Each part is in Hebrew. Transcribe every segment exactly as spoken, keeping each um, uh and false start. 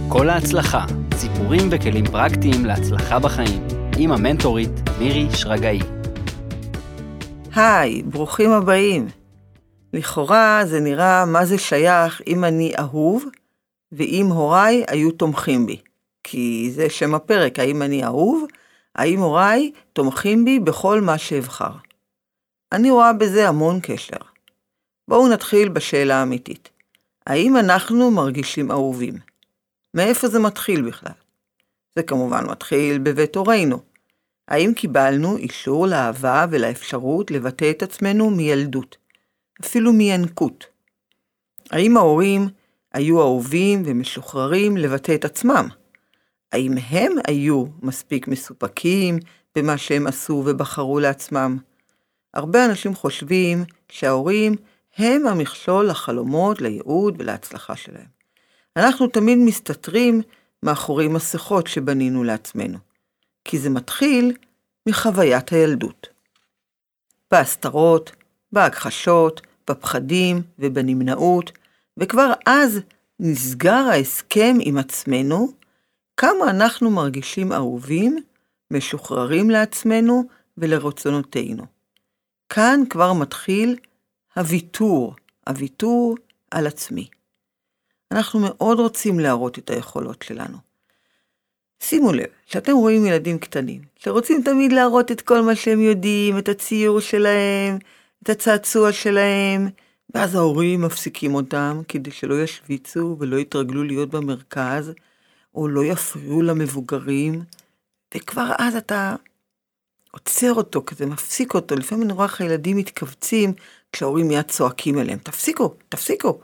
כל ההצלחה, סיפורים וכלים פרקטיים להצלחה בחיים, עם המנטורית מירי שרגאי. היי, ברוכים הבאים. לכאורה זה נראה מה זה שייך אם אני אהוב, ואם הוריי היו תומכים בי. כי זה שם הפרק, האם אני אהוב, האם הוריי תומכים בי בכל מה שאבחר. אני רואה בזה המון קשר. בואו נתחיל בשאלה האמיתית. האם אנחנו מרגישים אהובים? מאיפה זה מתחיל בכלל? זה כמובן מתחיל בבית הורינו. האם קיבלנו אישור לאהבה ולאפשרות לבטא את עצמנו מילדות, אפילו מינקות? האם ההורים היו אהובים ומשוחררים לבטא את עצמם? האם הם היו מספיק מסופקים במה שהם עשו ובחרו לעצמם? הרבה אנשים חושבים שההורים הם המכשול לחלומות, לייעוד ולהצלחה שלהם. אנחנו תמיד מסתתרים מאחורי מסכות שבנינו לעצמנו, כי זה מתחיל מחוויית הילדות. בהסתרות, בהכחשות, בפחדים ובנמנעות, וכבר אז נסגר ההסכם עם עצמנו, כמה אנחנו מרגישים אהובים, משוחררים לעצמנו ולרצונותינו. כאן כבר מתחיל הוויתור, הוויתור על עצמי. אנחנו מאוד רוצים להראות את היכולות שלנו. שימו לב, שאתם רואים ילדים קטנים, שרוצים תמיד להראות את כל מה שהם יודעים, את הציור שלהם, את הצעצוע שלהם, ואז ההורים מפסיקים אותם כדי שלא ישוויצו ולא יתרגלו להיות במרכז, או לא יפריעו למבוגרים, וכבר אז אתה עוצר אותו, כזה מפסיק אותו. לפעמים אני רואה איך הילדים מתכווצים כשההורים מיד צועקים אליהם, תפסיקו, תפסיקו.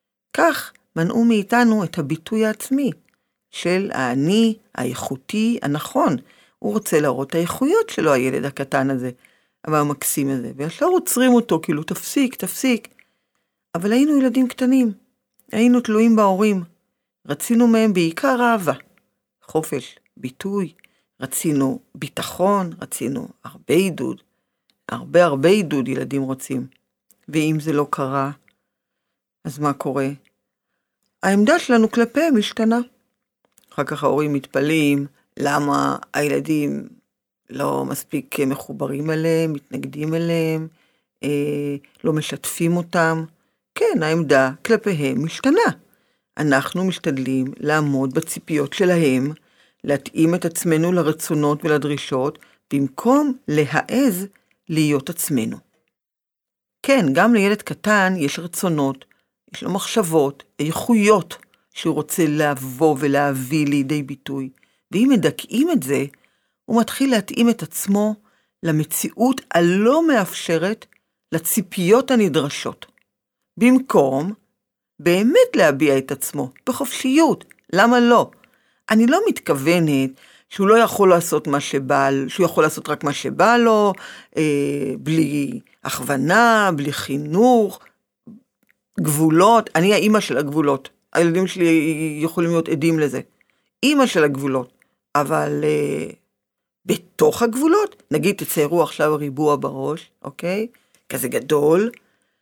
כך מנעו מאיתנו את הביטוי העצמי של האני, האיכותי, הנכון. הוא רוצה להראות את האיכויות שלו, הילד הקטן הזה, אבל המקסים הזה, וישר עוצרים אותו, כאילו תפסיק, תפסיק. אבל היינו ילדים קטנים, היינו תלויים בהורים, רצינו מהם בעיקר אהבה, חופש, ביטוי, רצינו ביטחון, רצינו הרבה עידוד, הרבה הרבה עידוד ילדים רוצים. ואם זה לא קרה, אז מה קורה? העמדה שלנו כלפיהם משתנה. אחר כך ההורים מתפלאים למה הילדים לא מספיק מחוברים אליהם, מתנגדים אליהם, אה, לא משתפים אותם. כן, העמדה כלפיהם משתנה. אנחנו משתדלים לעמוד בציפיות שלהם, להתאים את עצמנו לרצונות ולדרישות, במקום להעז להיות עצמנו. כן, גם לילד קטן יש רצונות, יש לו מחשבות, איכויות שהוא רוצה לבוא ולהביא לידי ביטוי. ואם מדכאים את זה, הוא מתחיל להתאים את עצמו למציאות הלא מאפשרת לציפיות הנדרשות. במקום באמת להביע את עצמו בחופשיות. למה לא? אני לא מתכוונת שהוא לא יכול לעשות מה שבא, שהוא יכול לעשות רק מה שבא לו, אה, בלי הכוונה, בלי חינוך, גבולות. אני האמא של הגבולות. הילדים שלי יכולים להיות עדים לזה. אמא של הגבולות. אבל אה, בתוך הגבולות, נגיד תציירו עכשיו ריבוע בראש, אוקיי? כזה גדול.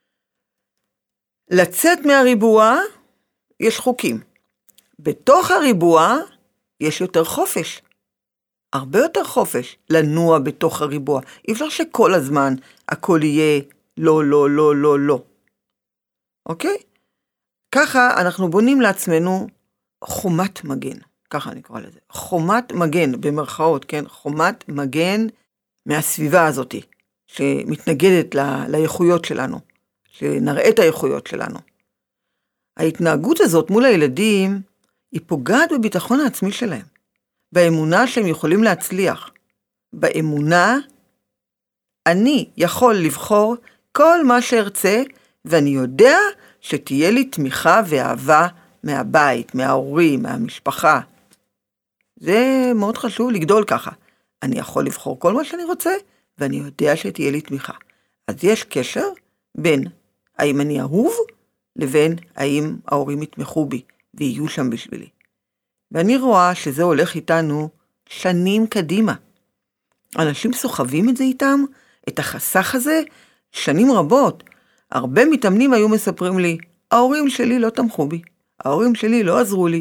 לצאת מהריבוע יש חוקים. בתוך הריבוע יש יותר חופש. הרבה יותר חופש לנוע בתוך הריבוע. אי אפשר שכל הזמן הכל יהיה לא, לא, לא, לא, לא. אוקיי? ככה אנחנו בונים לעצמנו חומת מגן. ככה אני קורא לזה. חומת מגן, במרכאות, כן? חומת מגן מהסביבה הזאת, שמתנגדת ל- לאיכויות שלנו, שנראה את האיכויות שלנו. ההתנהגות הזאת מול הילדים, היא פוגעת בביטחון העצמי שלהם, באמונה שהם יכולים להצליח. באמונה, אני יכול לבחור כל מה שארצה, ואני יודע שתהיה לי תמיכה ואהבה מהבית, מההורים, מהמשפחה. זה מאוד חשוב לגדול ככה. אני יכול לבחור כל מה שאני רוצה, ואני יודע שתהיה לי תמיכה. אז יש קשר בין האם אני אהוב, לבין האם ההורים יתמכו בי, ויהיו שם בשבילי. ואני רואה שזה הולך איתנו שנים קדימה. אנשים סוחבים את זה איתם, את החסך הזה, שנים רבות. הרבה מתאמנים היו מספרים לי, ההורים שלי לא תמכו בי, ההורים שלי לא עזרו לי,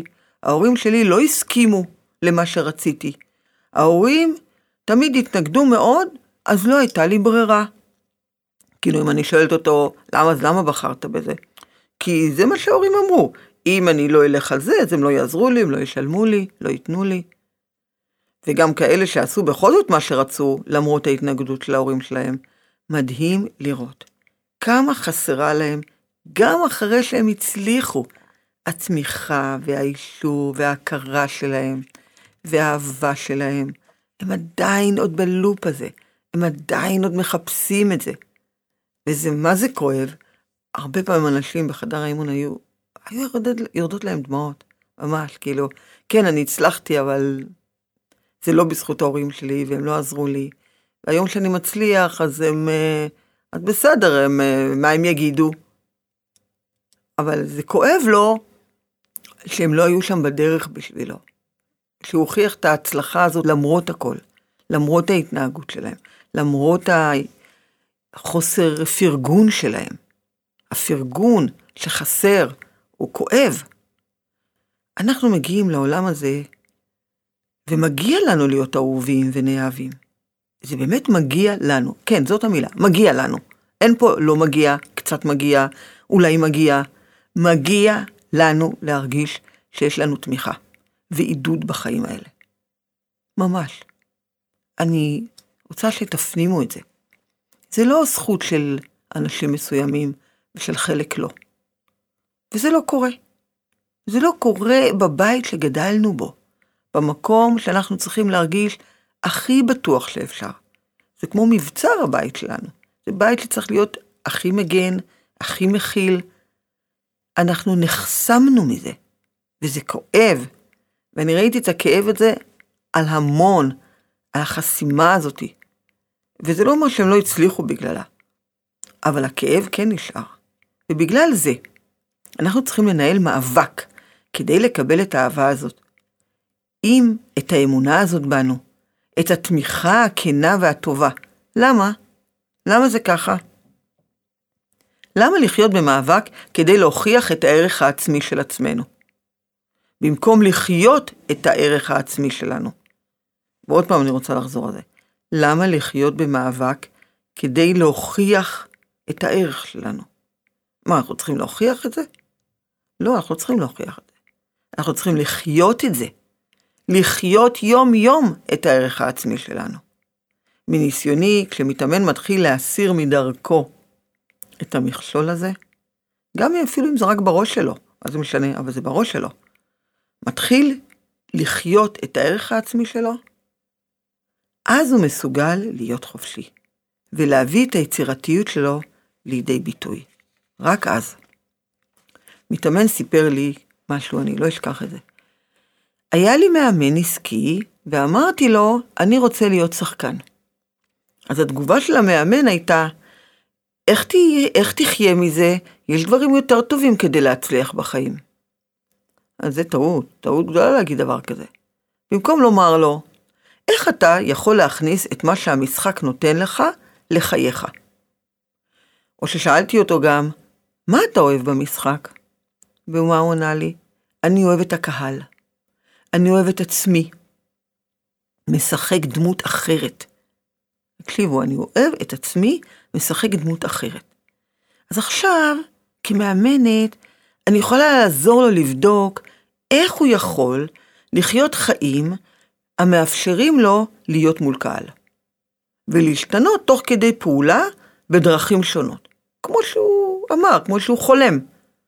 ההורים שלי לא הסכימו למה שרציתי. ההורים תמיד התנגדו מאוד, אז לא הייתה לי ברירה. כאילו אם אני שואלת אותו, למה, אז למה בחרת בזה? כי זה מה שההורים אמרו. אם אני לא אלך על זה, אז הם לא יעזרו לי, הם לא ישלמו לי, לא ייתנו לי. וגם כאלה שעשו בכל זאת מה שרצו, למרות ההתנגדות של ההורים שלהם. מדהים לראות כמה חסרה להם, גם אחרי שהם הצליחו, התמיכה והאישור וההכרה שלהם, והאהבה שלהם. הם עדיין עוד בלופ הזה, הם עדיין עוד מחפשים את זה. וזה מה זה כואב. הרבה פעמים אנשים בחדר האימון היו, היו יורדות, יורדות להם דמעות, ממש, כאילו, כן, אני הצלחתי, אבל זה לא בזכות ההורים שלי, והם לא עזרו לי. והיום שאני מצליח, אז הם, אז בסדר, הם, מה הם יגידו? אבל זה כואב לו, שהם לא היו שם בדרך בשבילו. שהוא הוכיח את ההצלחה הזאת למרות הכל, למרות ההתנהגות שלהם, למרות החוסר פרגון שלהם. הפרגון שחסר, הוא כואב. אנחנו מגיעים לעולם הזה, ומגיע לנו להיות אהובים ונאהבים. זה באמת מגיע לנו. כן, זאת המילה, מגיע לנו. אין פה לא מגיע, קצת מגיע, אולי מגיע. מגיע לנו להרגיש שיש לנו תמיכה ועידוד בחיים האלה. ממש. אני רוצה שתפנימו את זה. זה לא זכות של אנשים מסוימים ושל חלק לא. וזה לא קורה. זה לא קורה בבית שגדלנו בו. במקום שאנחנו צריכים להרגיש הכי בטוח שאפשר. זה כמו מבצר הבית שלנו. זה בית שצריך להיות הכי מגן, הכי מכיל. אנחנו נחסמנו מזה, וזה כואב. ואני ראיתי את הכאב הזה על המון, על החסימה הזאת. וזה לא אומר שהם לא הצליחו בגללה. אבל הכאב כן נשאר. ובגלל זה, אנחנו צריכים לנהל מאבק, כדי לקבל את האהבה הזאת. אם את האמונה הזאת בנו, את התמיכה הכנה והטובה. למה? למה זה ככה? למה לחיות במאבק כדי להוכיח את הערך העצמי של עצמנו? במקום לחיות את הערך העצמי שלנו. ועוד פעם אני רוצה לחזור על זה. למה לחיות במאבק כדי להוכיח את הערך שלנו? מה, אנחנו צריכים להוכיח את זה? לא, אנחנו צריכים להוכיח את זה. אנחנו צריכים לחיות את זה. לחיות יום יום את הערך העצמי שלנו. מניסיוני, כשמתאמן מתחיל להסיר מדרכו את המכשול הזה, גם אפילו אם זה רק בראש שלו, אז זה משנה, אבל זה בראש שלו, מתחיל לחיות את הערך העצמי שלו, אז הוא מסוגל להיות חופשי, ולהביא את היצירתיות שלו לידי ביטוי. רק אז. מתאמן סיפר לי משהו, אני לא אשכח את זה. היה לי מאמן עסקי, ואמרתי לו, אני רוצה להיות שחקן. אז התגובה של המאמן הייתה, איך תהיה, איך תחיה מזה? יש דברים יותר טובים כדי להצליח בחיים. אז זה טעות, טעות גדולה להגיד דבר כזה. במקום לומר לו, איך אתה יכול להכניס את מה שהמשחק נותן לך לחייך? או ששאלתי אותו גם, מה אתה אוהב במשחק? ומה הוא עונה לי? אני אוהב את הקהל. אני אוהב את עצמי. משחק דמות אחרת. תקשיבו, אני אוהב את עצמי, משחק דמות אחרת. אז עכשיו, כמאמנת, אני יכולה לעזור לו לבדוק איך הוא יכול לחיות חיים המאפשרים לו להיות מול קהל. ולהשתנות תוך כדי פעולה בדרכים שונות. כמו שהוא אמר, כמו שהוא חולם.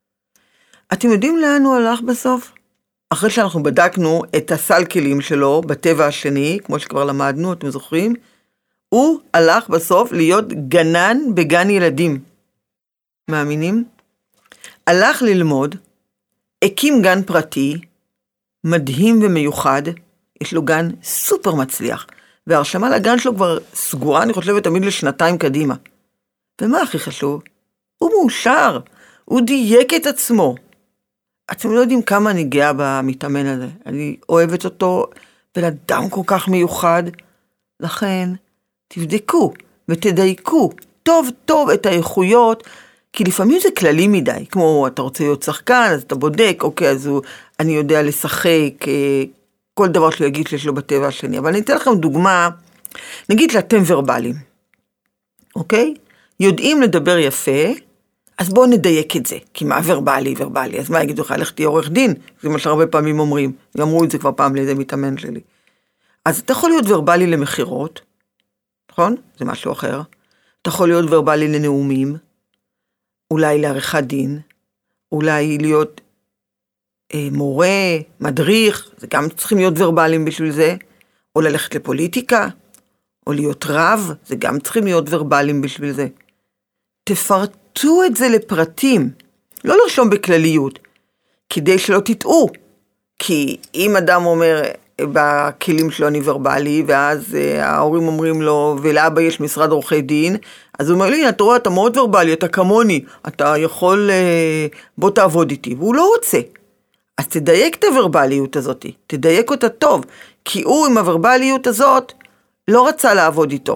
אתם יודעים לאן הוא הלך בסוף? אחרי שאנחנו בדקנו את הסל כלים שלו בטבע השני, כמו שכבר למדנו, אתם זוכרים? הוא הלך בסוף להיות גנן בגן ילדים. מאמינים? הלך ללמוד, הקים גן פרטי, מדהים ומיוחד, יש לו גן סופר מצליח, והרשמה לגן שלו כבר סגורה, אני חושבת, תמיד לשנתיים קדימה. ומה הכי חשוב? הוא מאושר, הוא דייק את עצמו. אתם לא יודעים כמה אני גאה במתאמן הזה. אני אוהבת אותו, בן אדם כל כך מיוחד. לכן, תבדקו ותדייקו טוב טוב את האיכויות כי לפעמים זה כללי מדי, כמו אתה רוצה להיות שחקן, אז אתה בודק, אוקיי, אז הוא, אני יודע לשחק, כל דבר שהוא יגיד שיש לו בטבע השני. אבל אני אתן לכם דוגמה, נגיד שאתם ורבלים, אוקיי? יודעים לדבר יפה, אז בואו נדייק את זה, כי מה ורבלי, ורבלי, אז מה יגידו לך, לך תהיה עורך דין? זה מה שהרבה פעמים אומרים, אמרו את זה כבר פעם לאיזה מתאמן שלי. אז אתה יכול להיות ורבלי למחירות, נכון? זה משהו אחר. אתה יכול להיות ורבלי לנאומים, אולי לעריכת דין, אולי להיות אה, מורה, מדריך, זה גם צריכים להיות ורבלים בשביל זה, או ללכת לפוליטיקה, או להיות רב, זה גם צריכים להיות ורבלים בשביל זה. תפרטו את זה לפרטים, לא לרשום בכלליות, כדי שלא תטעו. כי אם אדם אומר בכלים שלו אני ורבלי, ואז ההורים אומרים לו, ולאבא יש משרד עורכי דין, אז הוא אומר לי, אתה רואה, אתה מאוד ורבלי, אתה כמוני, אתה יכול, בוא תעבוד איתי, והוא לא רוצה. אז תדייק את הוורבליות הזאת, תדייק אותה טוב, כי הוא עם הוורבליות הזאת לא רצה לעבוד איתו.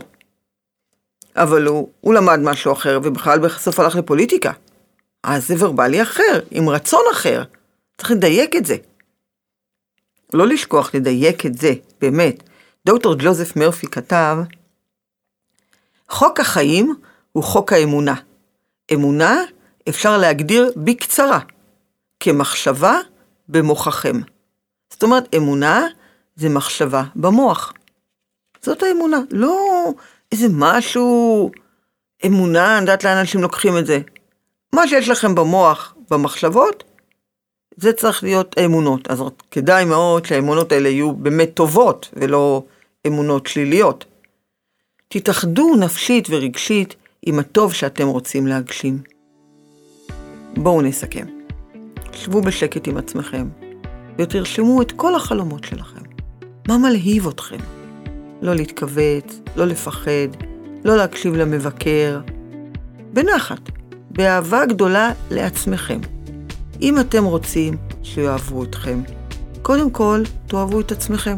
אבל הוא, הוא למד משהו אחר, ובכלל בסוף הלך לפוליטיקה. אז זה ורבלי אחר, עם רצון אחר. צריך לדייק את זה. לא לשכוח לדייק את זה, באמת. דוקטור ג'וזף מרפי כתב, חוק החיים הוא חוק האמונה. אמונה אפשר להגדיר בקצרה, כמחשבה במוחכם. זאת אומרת, אמונה זה מחשבה במוח. זאת האמונה, לא איזה משהו, אמונה, אני יודעת לאן אנשים לוקחים את זה. מה שיש לכם במוח, במחשבות, זה צריך להיות אמונות. אז כדאי מאוד שהאמונות האלה יהיו באמת טובות, ולא אמונות שליליות. תתאחדו נפשית ורגשית עם הטוב שאתם רוצים להגשים. בואו נסכם. שבו בשקט עם עצמכם, ותרשמו את כל החלומות שלכם. מה מלהיב אתכם? לא להתכווץ, לא לפחד, לא להקשיב למבקר. בנחת, באהבה גדולה לעצמכם. אם אתם רוצים שיאהבו אתכם, קודם כל תאהבו את עצמכם.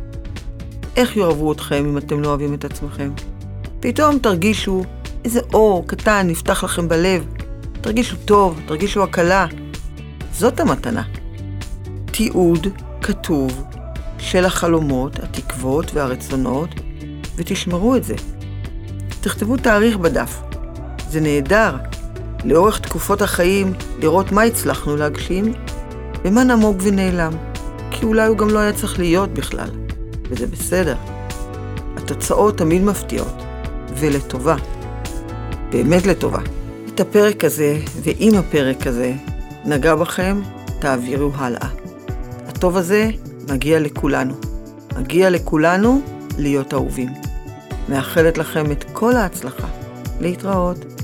איך יאהבו אתכם אם אתם לא אוהבים את עצמכם? פתאום תרגישו איזה אור קטן נפתח לכם בלב. תרגישו טוב, תרגישו הקלה. זאת המתנה. תיעוד כתוב של החלומות, התקוות והרצונות, ותשמרו את זה. תכתבו תאריך בדף. זה נהדר. לאורך תקופות החיים לראות מה הצלחנו להגשים, ומה נמוג ונעלם. כי אולי הוא גם לא היה צריך להיות בכלל. וזה בסדר. התוצאות תמיד מפתיעות, ולטובה. באמת לטובה. את הפרק הזה, ועם הפרק הזה, נגע בכם, תעבירו הלאה. הטוב הזה מגיע לכולנו. מגיע לכולנו להיות אהובים. מאחלת לכם את כל ההצלחה. להתראות.